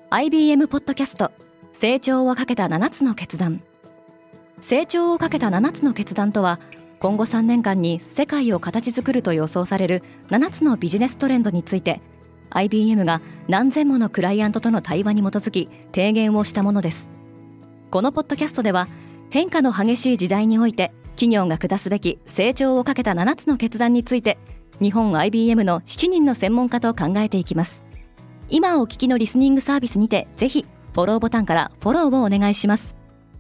IBM ポッドキャスト成長をかけた7つの決断。成長をかけた7つの決断とは、今後3年間に世界を形作ると予想される7つのビジネストレンドについて IBM が何千ものクライアントとの対話に基づき提言をしたものです。このポッドキャストでは、変化の激しい時代において企業が下すべき成長をかけた7つの決断について、日本 IBM の7人の専門家と考えていきます。今お聞きのリスニングサービスにて、ぜひフォローボタンからフォローをお願いします。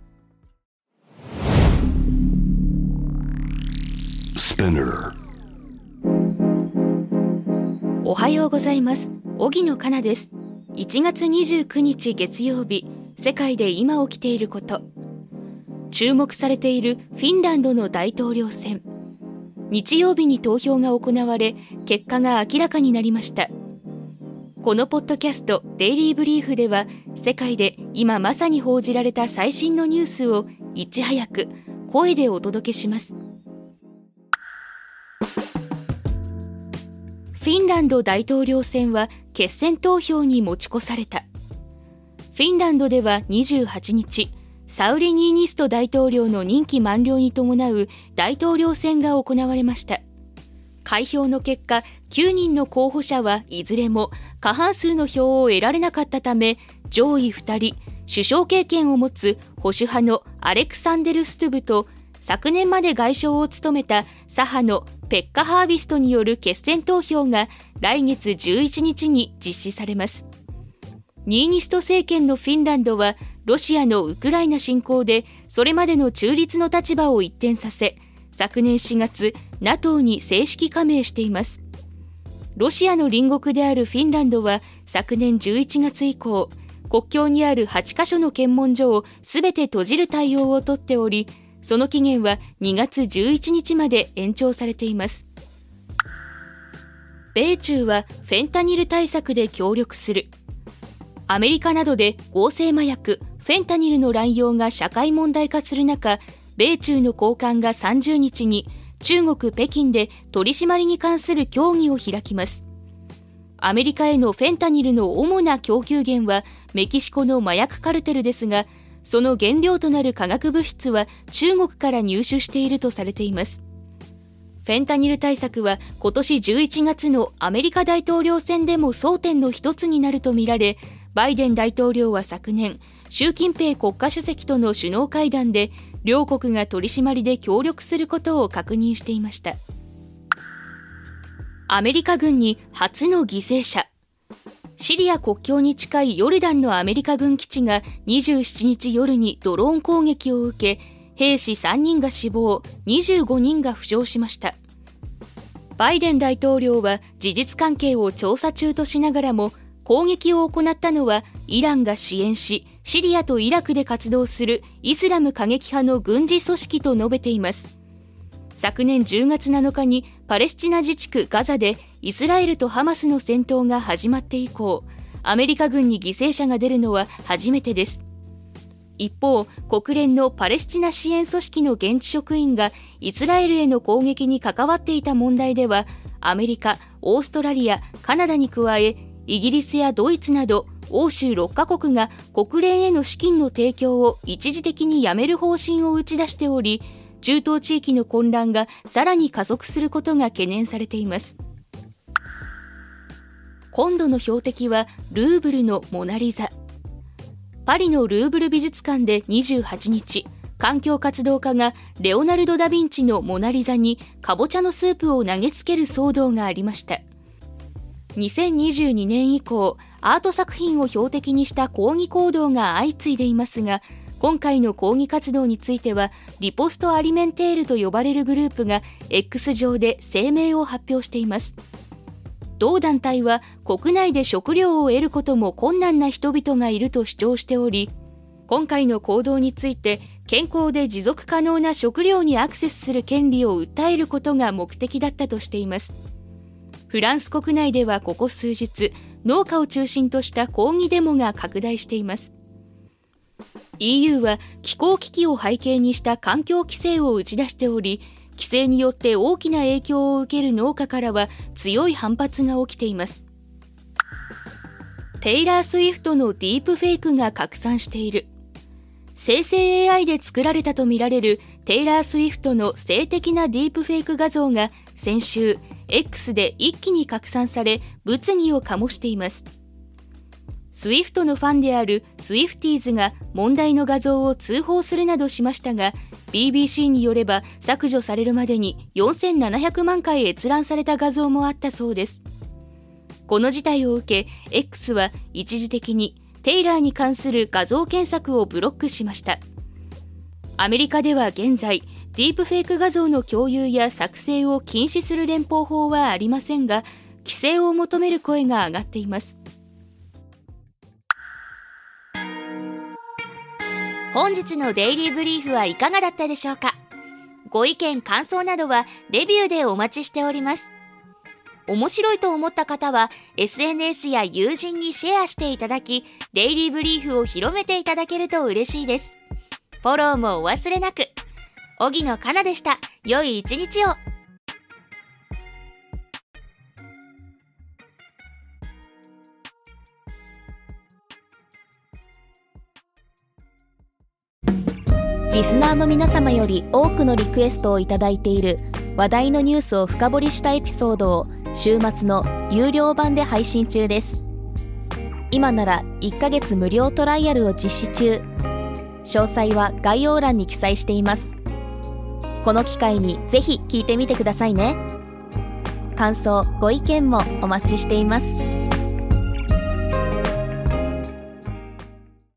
おはようございます。荻野かなです。1月29日月曜日、世界で今起きていること。注目されているフィンランドの大統領選。日曜日に投票が行われ、結果が明らかになりました。このポッドキャストデイリーブリーフでは、世界で今まさに報じられた最新のニュースをいち早く声でお届けします。フィンランド大統領選は決選投票に持ち越された。フィンランドでは28日、サウリ・ニーニスト大統領の任期満了に伴う大統領選が行われました。開票の結果、9人の候補者はいずれも過半数の票を得られなかったため、上位2人、首相経験を持つ保守派のアレクサンデル・ストゥブと、昨年まで外相を務めた左派のペッカ・ハービストによる決選投票が来月11日に実施されます。ニーニスト政権のフィンランドは、ロシアのウクライナ侵攻でそれまでの中立の立場を一転させ、昨年4月、NATO に正式加盟しています。ロシアの隣国であるフィンランドは、昨年11月以降、国境にある8カ所の検問所をすべて閉じる対応をとっており、その期限は2月11日まで延長されています。米中はフェンタニル対策で協力する。アメリカなどで合成麻薬フェンタニルの乱用が社会問題化する中、米中の高官が30日に中国・北京で取り締まりに関する協議を開きます。アメリカへのフェンタニルの主な供給源はメキシコの麻薬カルテルですが、その原料となる化学物質は中国から入手しているとされています。フェンタニル対策は今年11月のアメリカ大統領選でも争点の一つになるとみられ、バイデン大統領は昨年、習近平国家主席との首脳会談で、両国が取り締まりで協力することを確認していました。アメリカ軍に初の犠牲者。シリア国境に近いヨルダンのアメリカ軍基地が27日夜にドローン攻撃を受け、兵士3人が死亡、25人が負傷しました。バイデン大統領は事実関係を調査中としながらも、攻撃を行ったのはイランが支援し、シリアとイラクで活動するイスラム過激派の軍事組織と述べています。昨年10月7日にパレスチナ自治区ガザでイスラエルとハマスの戦闘が始まって以降、アメリカ軍に犠牲者が出るのは初めてです。一方、国連のパレスチナ支援組織の現地職員がイスラエルへの攻撃に関わっていた問題では、アメリカ、オーストラリア、カナダに加え、イギリスやドイツなど欧州6カ国が国連への資金の提供を一時的にやめる方針を打ち出しており、中東地域の混乱がさらに加速することが懸念されています。今度の標的はルーブルのモナリザ。パリのルーブル美術館で28日、環境活動家がレオナルド・ダ・ヴィンチのモナリザにかぼちゃのスープを投げつける騒動がありました。2022年以降、アート作品を標的にした抗議行動が相次いでいますが、今回の抗議活動については、リポスト・アリメンテールと呼ばれるグループが X 上で声明を発表しています。同団体は国内で食料を得ることも困難な人々がいると主張しており、今回の行動について健康で持続可能な食料にアクセスする権利を訴えることが目的だったとしています。フランス国内ではここ数日、農家を中心とした抗議デモが拡大しています。EU は気候危機を背景にした環境規制を打ち出しており、規制によって大きな影響を受ける農家からは強い反発が起きています。 テイラー・スウィフトのディープフェイクが拡散している。生成 AI で作られたとみられるテイラー・スウィフトの性的なディープフェイク画像が先週 X で一気に拡散され物議を醸しています。スウィフトのファンであるスウィフティーズが問題の画像を通報するなどしましたが、 BBC によれば削除されるまでに4700万回閲覧された画像もあったそうです。この事態を受け X は一時的にテイラーに関する画像検索をブロックしました。アメリカでは現在ディープフェイク画像の共有や作成を禁止する連邦法はありませんが、規制を求める声が上がっています。 本日のデイリーブリーフはいかがだったでしょうか。ご意見感想などはレビューでお待ちしております。面白いと思った方は SNS や友人にシェアしていただき、デイリーブリーフを広めていただけると嬉しいです。フォローもお忘れなく。荻野かなでした。良い一日を。 リスナーの皆様より多くのリクエストをいただいている話題のニュースを深掘りしたエピソードを週末の有料版で配信中です。今なら1ヶ月無料トライアルを実施中。詳細は概要欄に記載しています。この機会にぜひ聞いてみてくださいね。感想、ご意見もお待ちしています。